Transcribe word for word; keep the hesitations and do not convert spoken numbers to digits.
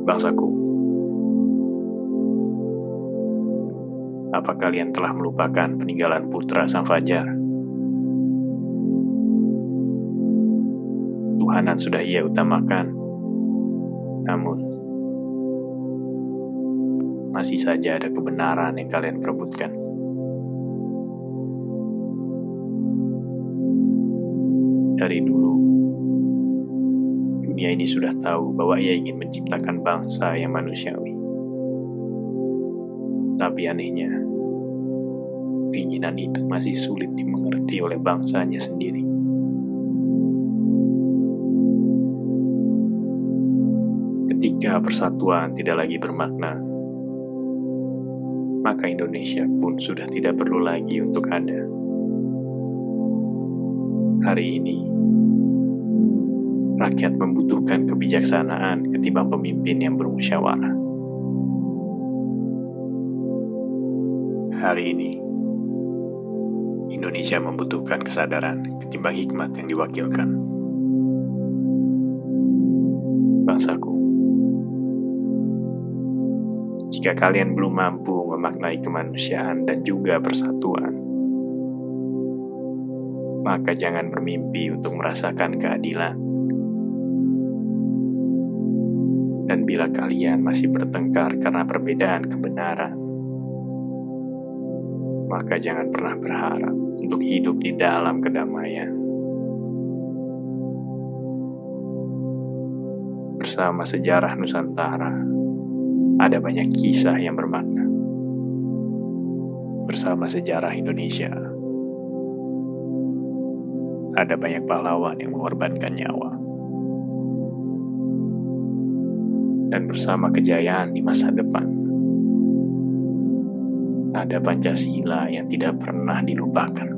Bangsaku, apa kalian telah melupakan peninggalan putra Sang Fajar? Tuhanan sudah ia utamakan, namun masih saja ada kebenaran yang kalian perebutkan. Dari dulu, dunia ini sudah tahu bahwa ia ingin menciptakan bangsa yang manusiawi. Tapi anehnya, keinginan itu masih sulit dimengerti oleh bangsanya sendiri. Ketika persatuan tidak lagi bermakna, maka Indonesia pun sudah tidak perlu lagi untuk ada. Hari ini, rakyat membutuhkan kebijaksanaan ketimbang pemimpin yang bermusyawarah. Hari ini, Indonesia membutuhkan kesadaran ketimbang hikmat yang diwakilkan. Bangsaku, jika kalian belum mampu memaknai kemanusiaan dan juga persatuan, maka jangan bermimpi untuk merasakan keadilan. Dan bila kalian masih bertengkar karena perbedaan kebenaran, maka jangan pernah berharap untuk hidup di dalam kedamaian. Bersama sejarah Nusantara, ada banyak kisah yang bermakna. Bersama sejarah Indonesia, ada banyak pahlawan yang mengorbankan nyawa. Dan bersama kejayaan di masa depan, ada Pancasila yang tidak pernah dilupakan.